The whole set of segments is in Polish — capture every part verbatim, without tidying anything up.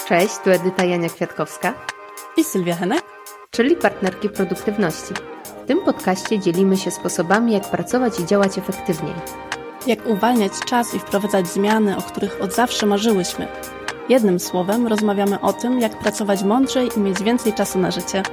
Cześć, tu Edyta Jania-Kwiatkowska i Sylwia Henek, czyli partnerki produktywności. W tym podcaście dzielimy się sposobami, jak pracować i działać efektywniej. Jak uwalniać czas i wprowadzać zmiany, o których od zawsze marzyłyśmy. Jednym słowem rozmawiamy o tym, jak pracować mądrzej i mieć więcej czasu na życie.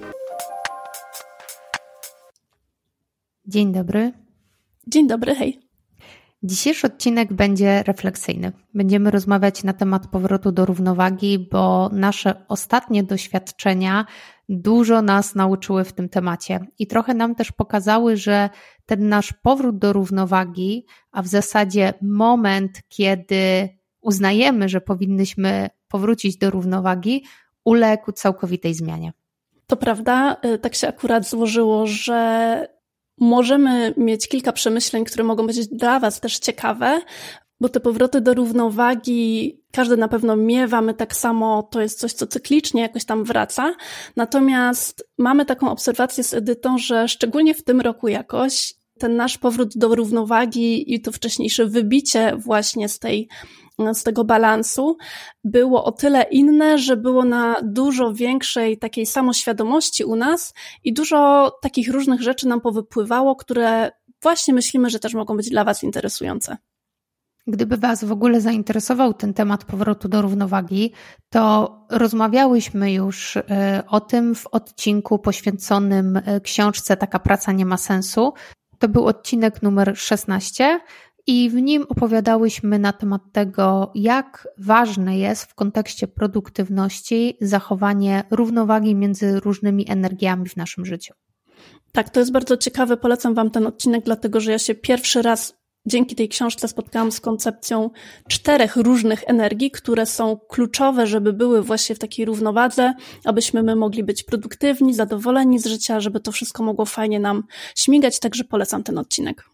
Dzień dobry. Dzień dobry, hej. Dzisiejszy odcinek będzie refleksyjny. Będziemy rozmawiać na temat powrotu do równowagi, bo nasze ostatnie doświadczenia dużo nas nauczyły w tym temacie i trochę nam też pokazały, że ten nasz powrót do równowagi, a w zasadzie moment, kiedy uznajemy, że powinnyśmy powrócić do równowagi, uległ całkowitej zmianie. To prawda, tak się akurat złożyło, że możemy mieć kilka przemyśleń, które mogą być dla Was też ciekawe, bo te powroty do równowagi każdy na pewno miewa, my tak samo, to jest coś, co cyklicznie jakoś tam wraca. Natomiast mamy taką obserwację z Edytą, że szczególnie w tym roku jakoś ten nasz powrót do równowagi i to wcześniejsze wybicie właśnie z tej z tego balansu było o tyle inne, że było na dużo większej takiej samoświadomości u nas i dużo takich różnych rzeczy nam powypływało, które właśnie myślimy, że też mogą być dla Was interesujące. Gdyby Was w ogóle zainteresował ten temat powrotu do równowagi, to rozmawiałyśmy już o tym w odcinku poświęconym książce Taka praca nie ma sensu. To był odcinek numer szesnaście. I w nim opowiadałyśmy na temat tego, jak ważne jest w kontekście produktywności zachowanie równowagi między różnymi energiami w naszym życiu. Tak, to jest bardzo ciekawe. Polecam Wam ten odcinek, dlatego że ja się pierwszy raz dzięki tej książce spotkałam z koncepcją czterech różnych energii, które są kluczowe, żeby były właśnie w takiej równowadze, abyśmy my mogli być produktywni, zadowoleni z życia, żeby to wszystko mogło fajnie nam śmigać, także polecam ten odcinek.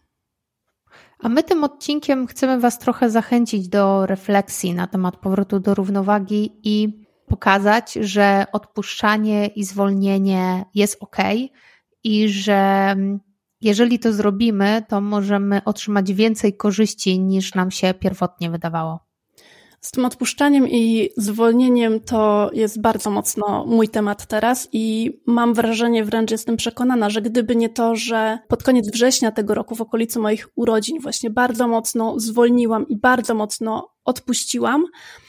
A my tym odcinkiem chcemy Was trochę zachęcić do refleksji na temat powrotu do równowagi i pokazać, że odpuszczanie i zwolnienie jest okej i że jeżeli to zrobimy, to możemy otrzymać więcej korzyści niż nam się pierwotnie wydawało. Z tym odpuszczaniem i zwolnieniem to jest bardzo mocno mój temat teraz i mam wrażenie, wręcz jestem przekonana, że gdyby nie to, że pod koniec września tego roku w okolicy moich urodzin właśnie bardzo mocno zwolniłam i bardzo mocno odpuściłam,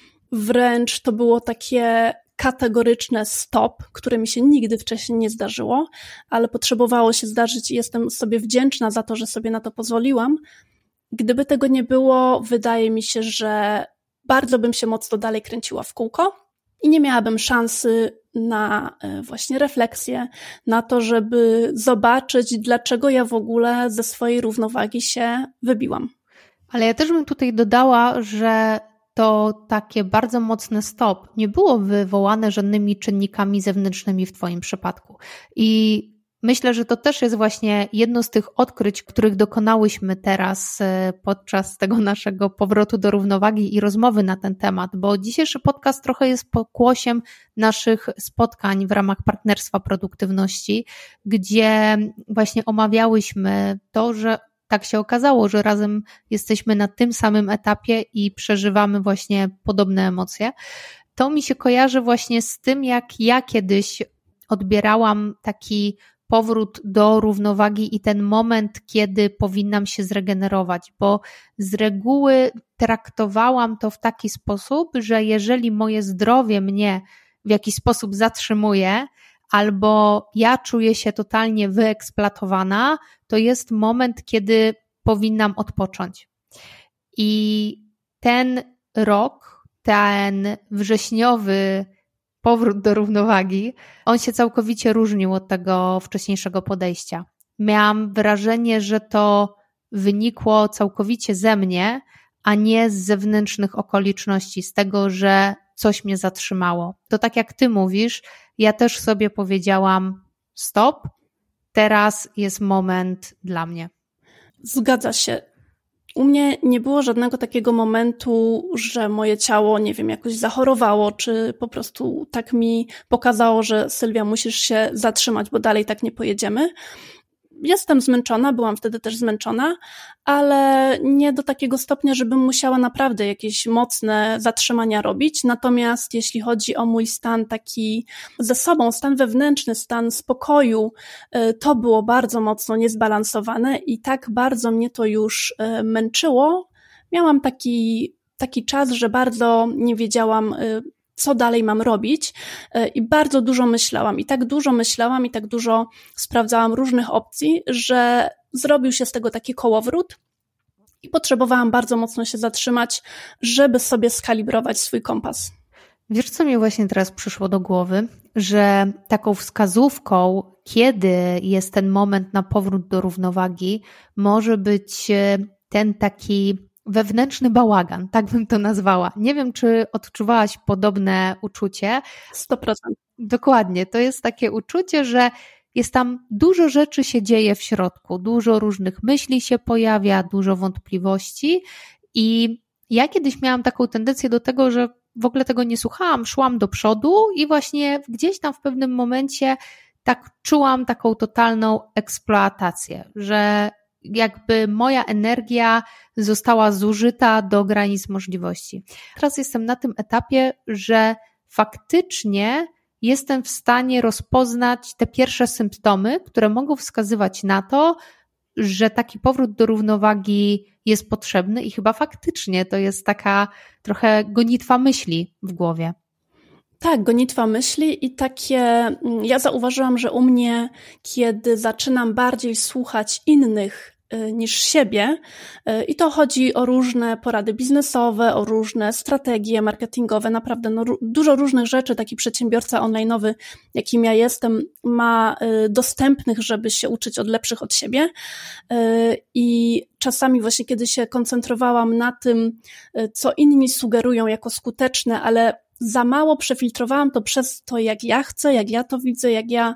wręcz to było takie kategoryczne stop, które mi się nigdy wcześniej nie zdarzyło, ale potrzebowało się zdarzyć i jestem sobie wdzięczna za to, że sobie na to pozwoliłam. Gdyby tego nie było, wydaje mi się, że bardzo bym się mocno dalej kręciła w kółko i nie miałabym szansy na właśnie refleksję, na to, żeby zobaczyć, dlaczego ja w ogóle ze swojej równowagi się wybiłam. Ale ja też bym tutaj dodała, że to takie bardzo mocne stop nie było wywołane żadnymi czynnikami zewnętrznymi w Twoim przypadku. I myślę, że to też jest właśnie jedno z tych odkryć, których dokonałyśmy teraz podczas tego naszego powrotu do równowagi i rozmowy na ten temat, bo dzisiejszy podcast trochę jest pokłosiem naszych spotkań w ramach Partnerstwa Produktywności, gdzie właśnie omawiałyśmy to, że tak się okazało, że razem jesteśmy na tym samym etapie i przeżywamy właśnie podobne emocje. To mi się kojarzy właśnie z tym, jak ja kiedyś odbierałam taki powrót do równowagi i ten moment, kiedy powinnam się zregenerować, bo z reguły traktowałam to w taki sposób, że jeżeli moje zdrowie mnie w jakiś sposób zatrzymuje, albo ja czuję się totalnie wyeksploatowana, to jest moment, kiedy powinnam odpocząć. I ten rok, ten wrześniowy powrót do równowagi, on się całkowicie różnił od tego wcześniejszego podejścia. Miałam wrażenie, że to wynikło całkowicie ze mnie, a nie z zewnętrznych okoliczności, z tego, że coś mnie zatrzymało. To tak jak Ty mówisz, ja też sobie powiedziałam stop, teraz jest moment dla mnie. Zgadza się. U mnie nie było żadnego takiego momentu, że moje ciało, nie wiem, jakoś zachorowało, czy po prostu tak mi pokazało, że Sylwia, musisz się zatrzymać, bo dalej tak nie pojedziemy. jestem zmęczona, byłam wtedy też zmęczona, ale nie do takiego stopnia, żebym musiała naprawdę jakieś mocne zatrzymania robić. Natomiast jeśli chodzi o mój stan taki ze sobą, stan wewnętrzny, stan spokoju, to było bardzo mocno niezbalansowane i tak bardzo mnie to już męczyło. Miałam taki, taki czas, że bardzo nie wiedziałam, co dalej mam robić i bardzo dużo myślałam i tak dużo myślałam i tak dużo sprawdzałam różnych opcji, że zrobił się z tego taki kołowrót i potrzebowałam bardzo mocno się zatrzymać, żeby sobie skalibrować swój kompas. Wiesz, co mi właśnie teraz przyszło do głowy? Że taką wskazówką, kiedy jest ten moment na powrót do równowagi, może być ten taki wewnętrzny bałagan, tak bym to nazwała. Nie wiem, czy odczuwałaś podobne uczucie. sto procent. Dokładnie. To jest takie uczucie, że jest tam dużo rzeczy się dzieje w środku, dużo różnych myśli się pojawia, dużo wątpliwości i ja kiedyś miałam taką tendencję do tego, że w ogóle tego nie słuchałam, szłam do przodu i właśnie gdzieś tam w pewnym momencie tak czułam taką totalną eksploatację, że jakby moja energia została zużyta do granic możliwości. Teraz jestem na tym etapie, że faktycznie jestem w stanie rozpoznać te pierwsze symptomy, które mogą wskazywać na to, że taki powrót do równowagi jest potrzebny i chyba faktycznie to jest taka trochę gonitwa myśli w głowie. Tak, gonitwa myśli i takie, ja zauważyłam, że u mnie, kiedy zaczynam bardziej słuchać innych niż siebie i to chodzi o różne porady biznesowe, o różne strategie marketingowe, naprawdę no, dużo różnych rzeczy taki przedsiębiorca online'owy, jakim ja jestem, ma dostępnych, żeby się uczyć od lepszych od siebie i czasami właśnie kiedy się koncentrowałam na tym, co inni sugerują jako skuteczne, ale za mało przefiltrowałam to przez to, jak ja chcę, jak ja to widzę, jak ja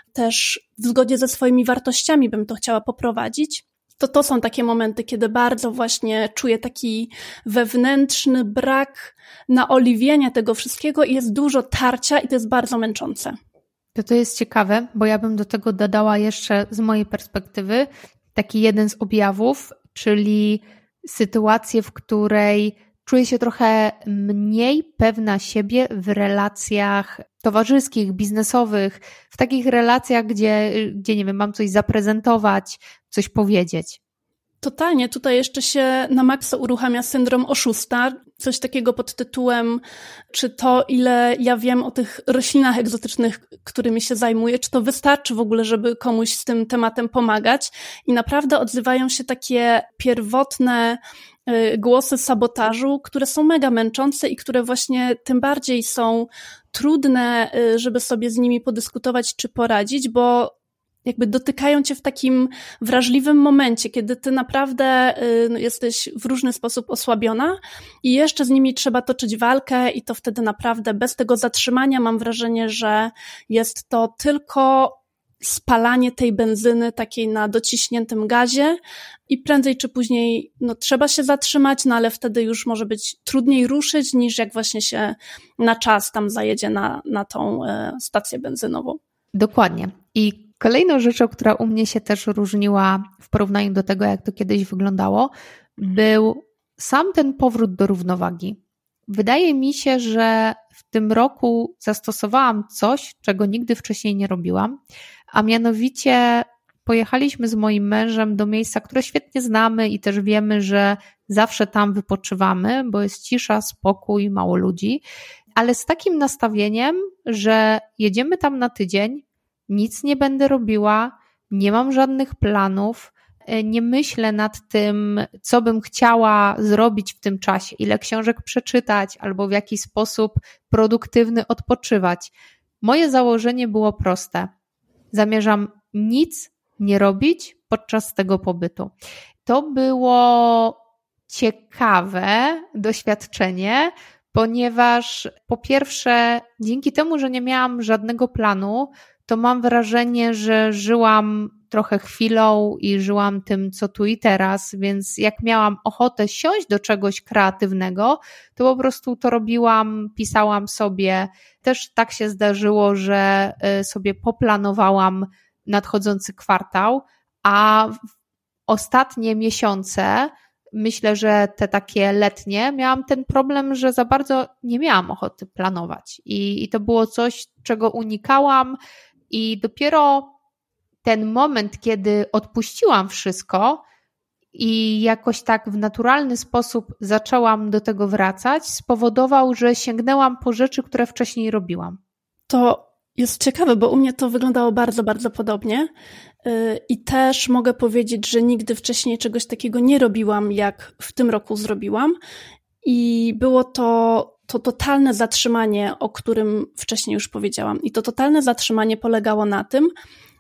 też w zgodzie ze swoimi wartościami bym to chciała poprowadzić, to to są takie momenty, kiedy bardzo właśnie czuję taki wewnętrzny brak naoliwienia tego wszystkiego i jest dużo tarcia i to jest bardzo męczące. To to jest ciekawe, bo ja bym do tego dodała jeszcze z mojej perspektywy taki jeden z objawów, czyli sytuację, w której czuję się trochę mniej pewna siebie w relacjach towarzyskich, biznesowych, w takich relacjach, gdzie, gdzie nie wiem, mam coś zaprezentować, coś powiedzieć. Totalnie. Tutaj jeszcze się na maksa uruchamia syndrom oszusta, coś takiego pod tytułem, czy to, ile ja wiem o tych roślinach egzotycznych, którymi się zajmuję, czy to wystarczy w ogóle, żeby komuś z tym tematem pomagać. I naprawdę odzywają się takie pierwotne głosy sabotażu, które są mega męczące i które właśnie tym bardziej są trudne, żeby sobie z nimi podyskutować czy poradzić, bo jakby dotykają cię w takim wrażliwym momencie, kiedy ty naprawdę no, jesteś w różny sposób osłabiona i jeszcze z nimi trzeba toczyć walkę i to wtedy naprawdę bez tego zatrzymania mam wrażenie, że jest to tylko spalanie tej benzyny takiej na dociśniętym gazie i prędzej czy później no, trzeba się zatrzymać, no ale wtedy już może być trudniej ruszyć niż jak właśnie się na czas tam zajedzie na, na tą e, stację benzynową. Dokładnie. I kolejną rzeczą, która u mnie się też różniła w porównaniu do tego, jak to kiedyś wyglądało, był sam ten powrót do równowagi. Wydaje mi się, że w tym roku zastosowałam coś, czego nigdy wcześniej nie robiłam, a mianowicie pojechaliśmy z moim mężem do miejsca, które świetnie znamy i też wiemy, że zawsze tam wypoczywamy, bo jest cisza, spokój, mało ludzi, ale z takim nastawieniem, że jedziemy tam na tydzień, nic nie będę robiła, nie mam żadnych planów, nie myślę nad tym, co bym chciała zrobić w tym czasie, ile książek przeczytać albo w jaki sposób produktywny odpoczywać. Moje założenie było proste. Zamierzam nic nie robić podczas tego pobytu. To było ciekawe doświadczenie, ponieważ po pierwsze, dzięki temu, że nie miałam żadnego planu, to mam wrażenie, że żyłam trochę chwilą i żyłam tym, co tu i teraz, więc jak miałam ochotę siąść do czegoś kreatywnego, to po prostu to robiłam, pisałam sobie. Też tak się zdarzyło, że sobie poplanowałam nadchodzący kwartał, a ostatnie miesiące, myślę, że te takie letnie, miałam ten problem, że za bardzo nie miałam ochoty planować i, i to było coś, czego unikałam i dopiero ten moment, kiedy odpuściłam wszystko i jakoś tak w naturalny sposób zaczęłam do tego wracać, spowodował, że sięgnęłam po rzeczy, które wcześniej robiłam. To jest ciekawe, bo u mnie to wyglądało bardzo, bardzo podobnie i też mogę powiedzieć, że nigdy wcześniej czegoś takiego nie robiłam, jak w tym roku zrobiłam i było to, to totalne zatrzymanie, o którym wcześniej już powiedziałam. I to totalne zatrzymanie polegało na tym,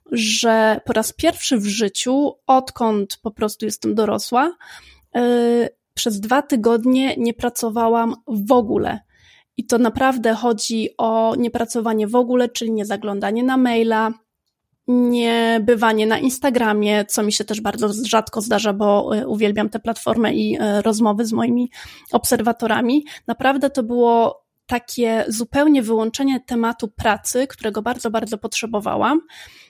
że po raz pierwszy w życiu, odkąd po prostu jestem dorosła, yy, przez dwa tygodnie nie pracowałam w ogóle. I to naprawdę chodzi o niepracowanie w ogóle, czyli nie zaglądanie na maila, nie bywanie na Instagramie, co mi się też bardzo rzadko zdarza, bo uwielbiam tę platformę i rozmowy z moimi obserwatorami. Naprawdę to było takie zupełnie wyłączenie tematu pracy, którego bardzo, bardzo potrzebowałam.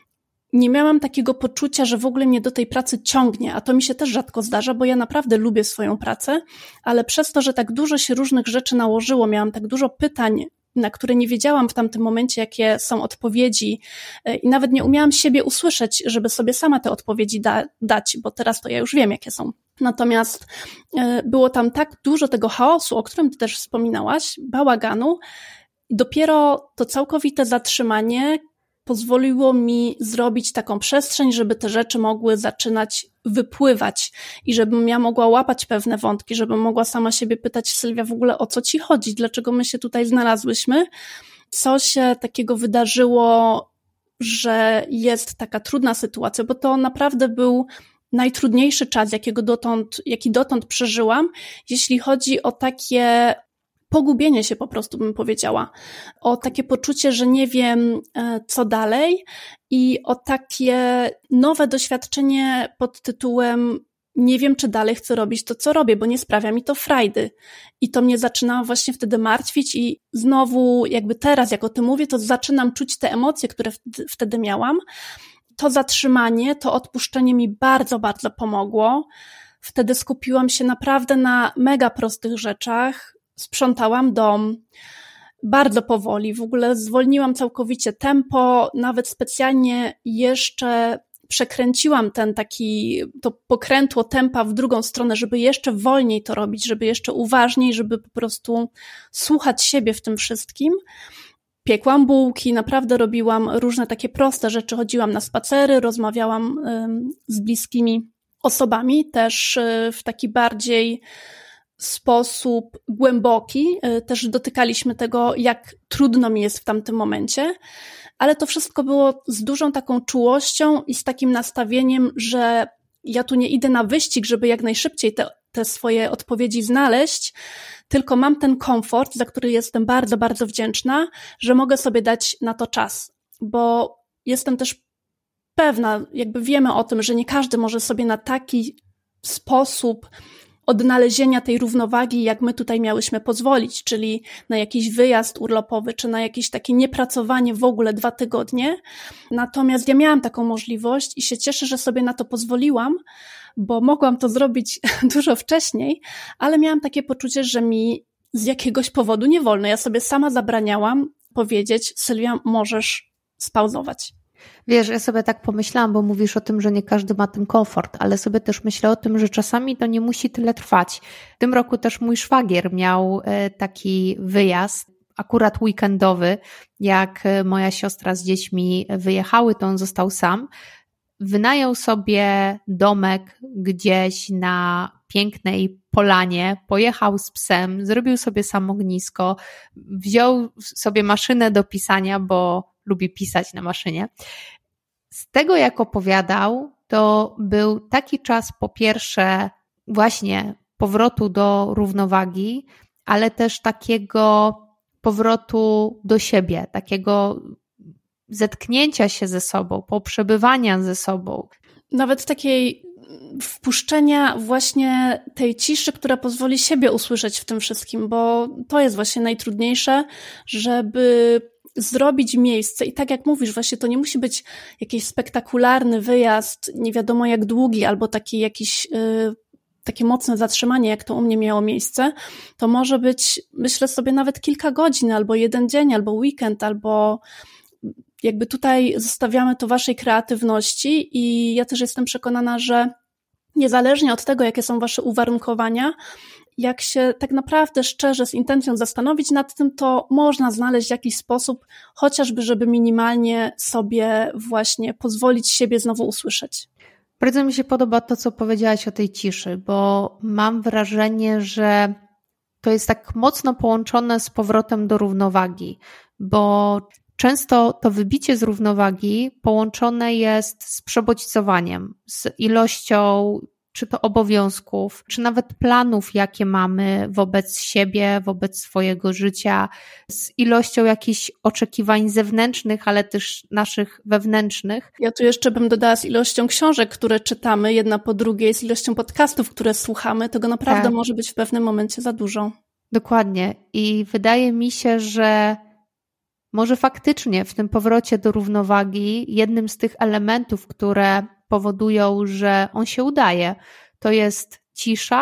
Nie miałam takiego poczucia, że w ogóle mnie do tej pracy ciągnie, a to mi się też rzadko zdarza, bo ja naprawdę lubię swoją pracę, ale przez to, że tak dużo się różnych rzeczy nałożyło, miałam tak dużo pytań, na które nie wiedziałam w tamtym momencie, jakie są odpowiedzi i nawet nie umiałam siebie usłyszeć, żeby sobie sama te odpowiedzi da- dać, bo teraz to ja już wiem, jakie są. Natomiast było tam tak dużo tego chaosu, o którym ty też wspominałaś, bałaganu. Dopiero to całkowite zatrzymanie pozwoliło mi zrobić taką przestrzeń, żeby te rzeczy mogły zaczynać wypływać i żebym ja mogła łapać pewne wątki, żebym mogła sama siebie pytać, Sylwia, w ogóle o co ci chodzi, dlaczego my się tutaj znalazłyśmy, co się takiego wydarzyło, że jest taka trudna sytuacja, bo to naprawdę był najtrudniejszy czas, jakiego dotąd, jaki dotąd przeżyłam, jeśli chodzi o takie pogubienie się po prostu, bym powiedziała, o takie poczucie, że nie wiem co dalej i o takie nowe doświadczenie pod tytułem nie wiem, czy dalej chcę robić to, co robię, bo nie sprawia mi to frajdy. I to mnie zaczyna właśnie wtedy martwić i znowu jakby teraz, jak o tym mówię, to zaczynam czuć te emocje, które wtedy miałam. To zatrzymanie, to odpuszczenie mi bardzo, bardzo pomogło. Wtedy skupiłam się naprawdę na mega prostych rzeczach. Sprzątałam dom bardzo powoli, w ogóle zwolniłam całkowicie tempo, nawet specjalnie jeszcze przekręciłam ten taki, to pokrętło tempa w drugą stronę, żeby jeszcze wolniej to robić, żeby jeszcze uważniej, żeby po prostu słuchać siebie w tym wszystkim. Piekłam bułki, naprawdę robiłam różne takie proste rzeczy, chodziłam na spacery, rozmawiałam ym, z bliskimi osobami, też y, w taki bardziej sposób głęboki, też dotykaliśmy tego, jak trudno mi jest w tamtym momencie, ale to wszystko było z dużą taką czułością i z takim nastawieniem, że ja tu nie idę na wyścig, żeby jak najszybciej te, te swoje odpowiedzi znaleźć, tylko mam ten komfort, za który jestem bardzo, bardzo wdzięczna, że mogę sobie dać na to czas, bo jestem też pewna, jakby wiemy o tym, że nie każdy może sobie na taki sposób odnalezienia tej równowagi, jak my tutaj miałyśmy pozwolić, czyli na jakiś wyjazd urlopowy, czy na jakieś takie niepracowanie w ogóle dwa tygodnie. Natomiast ja miałam taką możliwość i się cieszę, że sobie na to pozwoliłam, bo mogłam to zrobić dużo wcześniej, ale miałam takie poczucie, że mi z jakiegoś powodu nie wolno. Ja sobie sama zabraniałam powiedzieć, Sylwia, możesz spauzować. Wiesz, ja sobie tak pomyślałam, bo mówisz o tym, że nie każdy ma ten komfort, ale sobie też myślę o tym, że czasami to nie musi tyle trwać. W tym roku też mój szwagier miał taki wyjazd, akurat weekendowy, jak moja siostra z dziećmi wyjechały, to on został sam. Wynajął sobie domek gdzieś na pięknej polanie, pojechał z psem, zrobił sobie sam ognisko, wziął sobie maszynę do pisania, bo lubi pisać na maszynie. Z tego, jak opowiadał, to był taki czas, po pierwsze, właśnie powrotu do równowagi, ale też takiego powrotu do siebie, takiego zetknięcia się ze sobą, poprzebywania ze sobą. Nawet takiej wpuszczenia właśnie tej ciszy, która pozwoli siebie usłyszeć w tym wszystkim, bo to jest właśnie najtrudniejsze, żeby zrobić miejsce i tak jak mówisz, właśnie to nie musi być jakiś spektakularny wyjazd, nie wiadomo jak długi, albo taki jakiś yy, takie mocne zatrzymanie, jak to u mnie miało miejsce, to może być, myślę sobie, nawet kilka godzin, albo jeden dzień, albo weekend, albo jakby tutaj zostawiamy to waszej kreatywności i ja też jestem przekonana, że niezależnie od tego, jakie są wasze uwarunkowania, jak się tak naprawdę szczerze z intencją zastanowić nad tym, to można znaleźć jakiś sposób, chociażby żeby minimalnie sobie właśnie pozwolić siebie znowu usłyszeć. Bardzo mi się podoba to, co powiedziałaś o tej ciszy, bo mam wrażenie, że to jest tak mocno połączone z powrotem do równowagi, bo często to wybicie z równowagi połączone jest z przebodźcowaniem, z ilością czy to obowiązków, czy nawet planów, jakie mamy wobec siebie, wobec swojego życia, z ilością jakichś oczekiwań zewnętrznych, ale też naszych wewnętrznych. Ja tu jeszcze bym dodała z ilością książek, które czytamy jedna po drugiej, z ilością podcastów, które słuchamy, tego naprawdę tak. może być w pewnym momencie za dużo. Dokładnie. I wydaje mi się, że może faktycznie w tym powrocie do równowagi jednym z tych elementów, które powodują, że on się udaje, to jest cisza,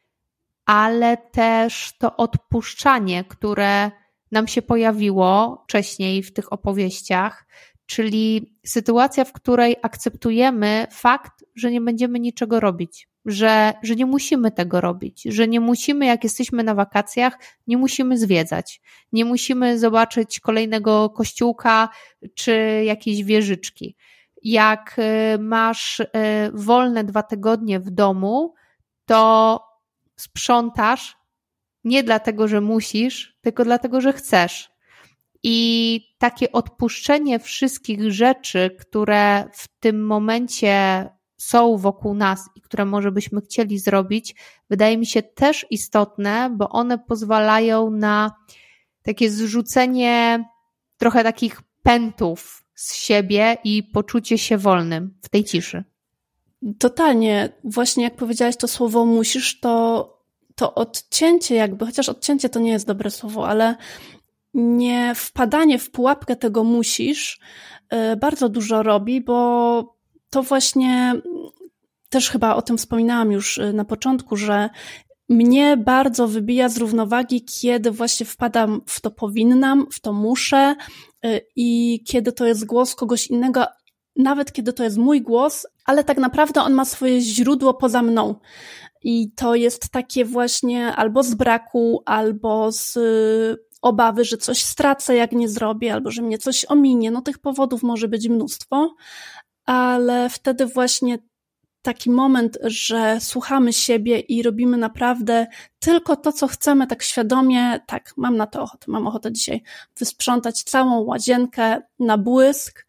ale też to odpuszczanie, które nam się pojawiło wcześniej w tych opowieściach, czyli sytuacja, w której akceptujemy fakt, że nie będziemy niczego robić, że, że nie musimy tego robić, że nie musimy, jak jesteśmy na wakacjach, nie musimy zwiedzać, nie musimy zobaczyć kolejnego kościółka czy jakiejś wieżyczki. Jak masz wolne dwa tygodnie w domu, to sprzątasz nie dlatego, że musisz, tylko dlatego, że chcesz. I takie odpuszczenie wszystkich rzeczy, które w tym momencie są wokół nas i które może byśmy chcieli zrobić, wydaje mi się też istotne, bo one pozwalają na takie zrzucenie trochę takich pętów z siebie i poczucie się wolnym w tej ciszy. Totalnie. Właśnie jak powiedziałaś to słowo musisz, to, to odcięcie jakby, chociaż odcięcie to nie jest dobre słowo, ale nie wpadanie w pułapkę tego musisz bardzo dużo robi, bo to właśnie też chyba o tym wspominałam już na początku, że mnie bardzo wybija z równowagi, kiedy właśnie wpadam w to powinnam, w to muszę i kiedy to jest głos kogoś innego, nawet kiedy to jest mój głos, ale tak naprawdę on ma swoje źródło poza mną. I to jest takie właśnie albo z braku, albo z obawy, że coś stracę, jak nie zrobię, albo że mnie coś ominie. No tych powodów może być mnóstwo, ale wtedy właśnie taki moment, że słuchamy siebie i robimy naprawdę tylko to, co chcemy, tak świadomie, tak, mam na to ochotę, mam ochotę dzisiaj wysprzątać całą łazienkę na błysk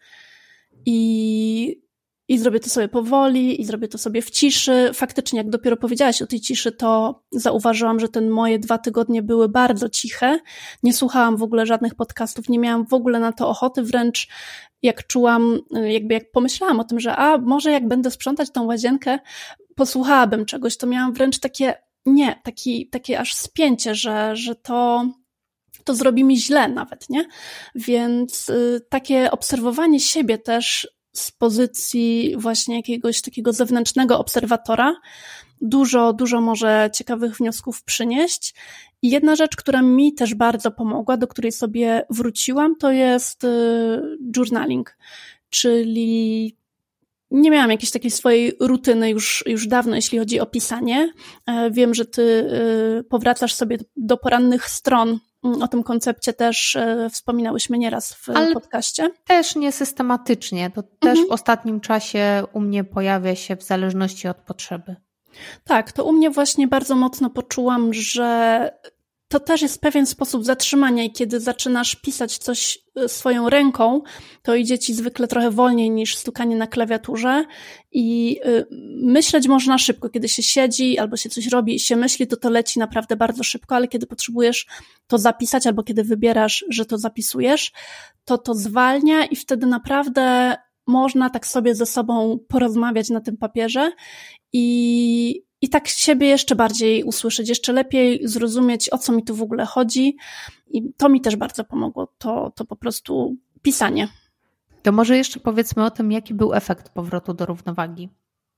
i, i zrobię to sobie powoli i zrobię to sobie w ciszy. Faktycznie, jak dopiero powiedziałaś o tej ciszy, to zauważyłam, że te moje dwa tygodnie były bardzo ciche. Nie słuchałam w ogóle żadnych podcastów, nie miałam w ogóle na to ochoty, wręcz jak czułam, jakby jak pomyślałam o tym, że a może jak będę sprzątać tą łazienkę, posłuchałabym czegoś, to miałam wręcz takie, nie, taki, takie aż spięcie, że, że to, to zrobi mi źle nawet, nie? Więc y, takie obserwowanie siebie też z pozycji właśnie jakiegoś takiego zewnętrznego obserwatora dużo, dużo może ciekawych wniosków przynieść. I jedna rzecz, która mi też bardzo pomogła, do której sobie wróciłam, to jest journaling, czyli nie miałam jakiejś takiej swojej rutyny już, już dawno, jeśli chodzi o pisanie. Wiem, że ty powracasz sobie do porannych stron. O tym koncepcie też wspominałyśmy nieraz w Ale podcaście. Też nie systematycznie. To też mhm. w ostatnim czasie u mnie pojawia się w zależności od potrzeby. Tak, to u mnie właśnie bardzo mocno poczułam, że to też jest pewien sposób zatrzymania i kiedy zaczynasz pisać coś swoją ręką, to idzie ci zwykle trochę wolniej niż stukanie na klawiaturze i myśleć można szybko. Kiedy się siedzi albo się coś robi i się myśli, to to leci naprawdę bardzo szybko, ale kiedy potrzebujesz to zapisać albo kiedy wybierasz, że to zapisujesz, to to zwalnia i wtedy naprawdę można tak sobie ze sobą porozmawiać na tym papierze i i tak siebie jeszcze bardziej usłyszeć, jeszcze lepiej zrozumieć, o co mi tu w ogóle chodzi. I to mi też bardzo pomogło, to, to po prostu pisanie. To może jeszcze powiedzmy o tym, jaki był efekt powrotu do równowagi.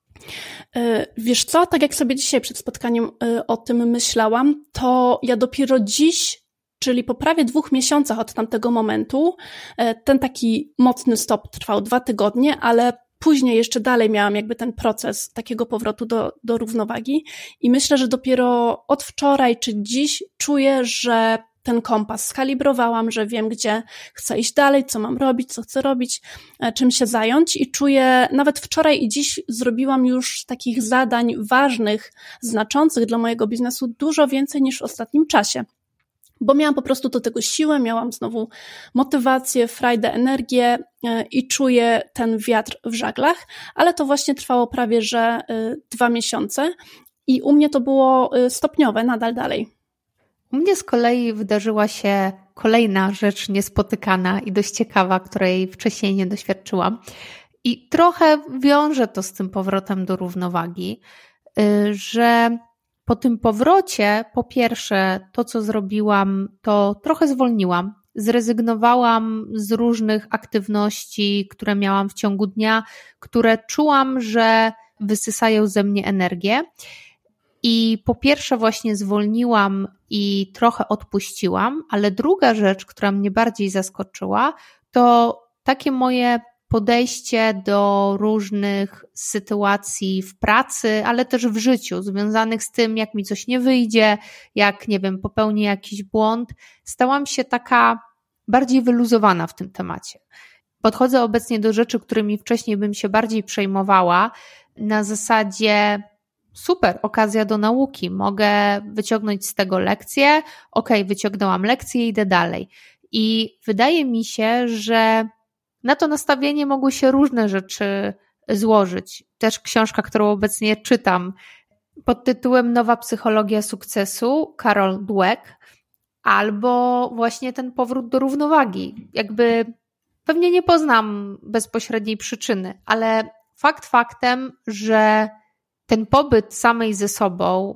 Wiesz co, tak jak sobie dzisiaj przed spotkaniem o tym myślałam, to ja dopiero dziś, czyli po prawie dwóch miesiącach od tamtego momentu, ten taki mocny stop trwał dwa tygodnie, ale później jeszcze dalej miałam jakby ten proces takiego powrotu do, do równowagi i myślę, że dopiero od wczoraj czy dziś czuję, że ten kompas skalibrowałam, że wiem, gdzie chcę iść dalej, co mam robić, co chcę robić, czym się zająć i czuję, nawet wczoraj i dziś zrobiłam już takich zadań ważnych, znaczących dla mojego biznesu dużo więcej niż w ostatnim czasie. Bo miałam po prostu do tego siłę, miałam znowu motywację, frajdę, energię i czuję ten wiatr w żaglach, ale to właśnie trwało prawie, że dwa miesiące i u mnie to było stopniowe, nadal dalej. U mnie z kolei wydarzyła się kolejna rzecz niespotykana i dość ciekawa, której wcześniej nie doświadczyłam. I trochę wiąże to z tym powrotem do równowagi, że po tym powrocie, po pierwsze, to co zrobiłam, to trochę zwolniłam. Zrezygnowałam z różnych aktywności, które miałam w ciągu dnia, które czułam, że wysysają ze mnie energię. I po pierwsze właśnie zwolniłam i trochę odpuściłam, ale druga rzecz, która mnie bardziej zaskoczyła, to takie moje podejście do różnych sytuacji w pracy, ale też w życiu, związanych z tym, jak mi coś nie wyjdzie, jak, nie wiem, popełnię jakiś błąd. Stałam się taka bardziej wyluzowana w tym temacie. Podchodzę obecnie do rzeczy, którymi wcześniej bym się bardziej przejmowała, na zasadzie super, okazja do nauki, mogę wyciągnąć z tego lekcję, okej, wyciągnęłam lekcję, idę dalej. I wydaje mi się, że na to nastawienie mogły się różne rzeczy złożyć. Też książka, którą obecnie czytam pod tytułem Nowa psychologia sukcesu, Carol Dweck, albo właśnie ten powrót do równowagi. Jakby pewnie nie poznam bezpośredniej przyczyny, ale fakt faktem, że ten pobyt samej ze sobą,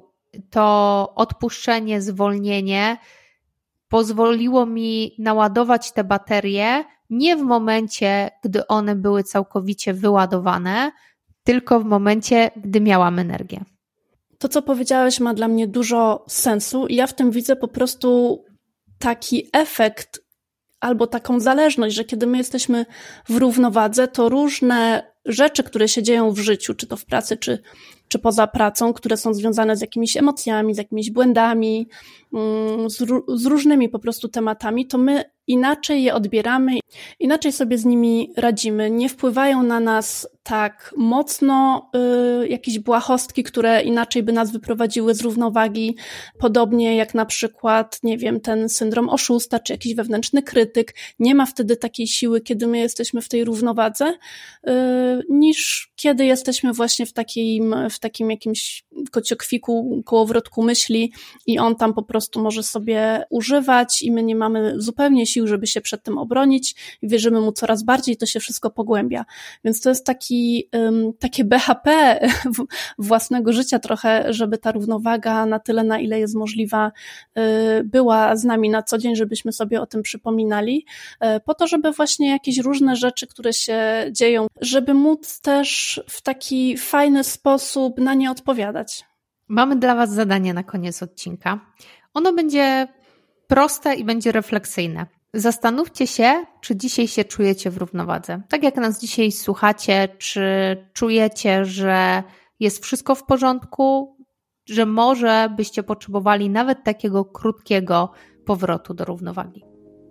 to odpuszczenie, zwolnienie pozwoliło mi naładować te baterie nie w momencie, gdy one były całkowicie wyładowane, tylko w momencie, gdy miałam energię. To, co powiedziałeś, ma dla mnie dużo sensu i ja w tym widzę po prostu taki efekt albo taką zależność, że kiedy my jesteśmy w równowadze, to różne rzeczy, które się dzieją w życiu, czy to w pracy, czy, czy poza pracą, które są związane z jakimiś emocjami, z jakimiś błędami, z, z różnymi po prostu tematami, to my inaczej je odbieramy, inaczej sobie z nimi radzimy. Nie wpływają na nas tak mocno y, jakieś błahostki, które inaczej by nas wyprowadziły z równowagi, podobnie jak na przykład, nie wiem, ten syndrom oszusta, czy jakiś wewnętrzny krytyk. Nie ma wtedy takiej siły, kiedy my jesteśmy w tej równowadze, y, niż kiedy jesteśmy właśnie w takim, w takim jakimś kociokwiku, kołowrotku myśli i on tam po prostu może sobie używać i my nie mamy zupełnie sił, żeby się przed tym obronić i wierzymy mu coraz bardziej, to się wszystko pogłębia. Więc to jest taki, um, takie B H P własnego życia trochę, żeby ta równowaga na tyle, na ile jest możliwa, y, była z nami na co dzień, żebyśmy sobie o tym przypominali, y, po to, żeby właśnie jakieś różne rzeczy, które się dzieją, żeby móc też w taki fajny sposób na nie odpowiadać. Mamy dla Was zadanie na koniec odcinka. Ono będzie proste i będzie refleksyjne. Zastanówcie się, czy dzisiaj się czujecie w równowadze. Tak jak nas dzisiaj słuchacie, czy czujecie, że jest wszystko w porządku, że może byście potrzebowali nawet takiego krótkiego powrotu do równowagi.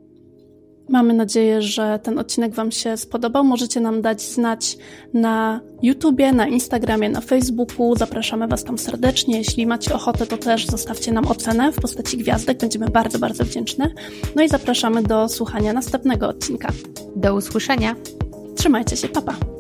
Mamy nadzieję, że ten odcinek Wam się spodobał. Możecie nam dać znać na YouTubie, na Instagramie, na Facebooku. Zapraszamy Was tam serdecznie. Jeśli macie ochotę, to też zostawcie nam ocenę w postaci gwiazdek. Będziemy bardzo, bardzo wdzięczne. No i zapraszamy do słuchania następnego odcinka. Do usłyszenia. Trzymajcie się, pa pa.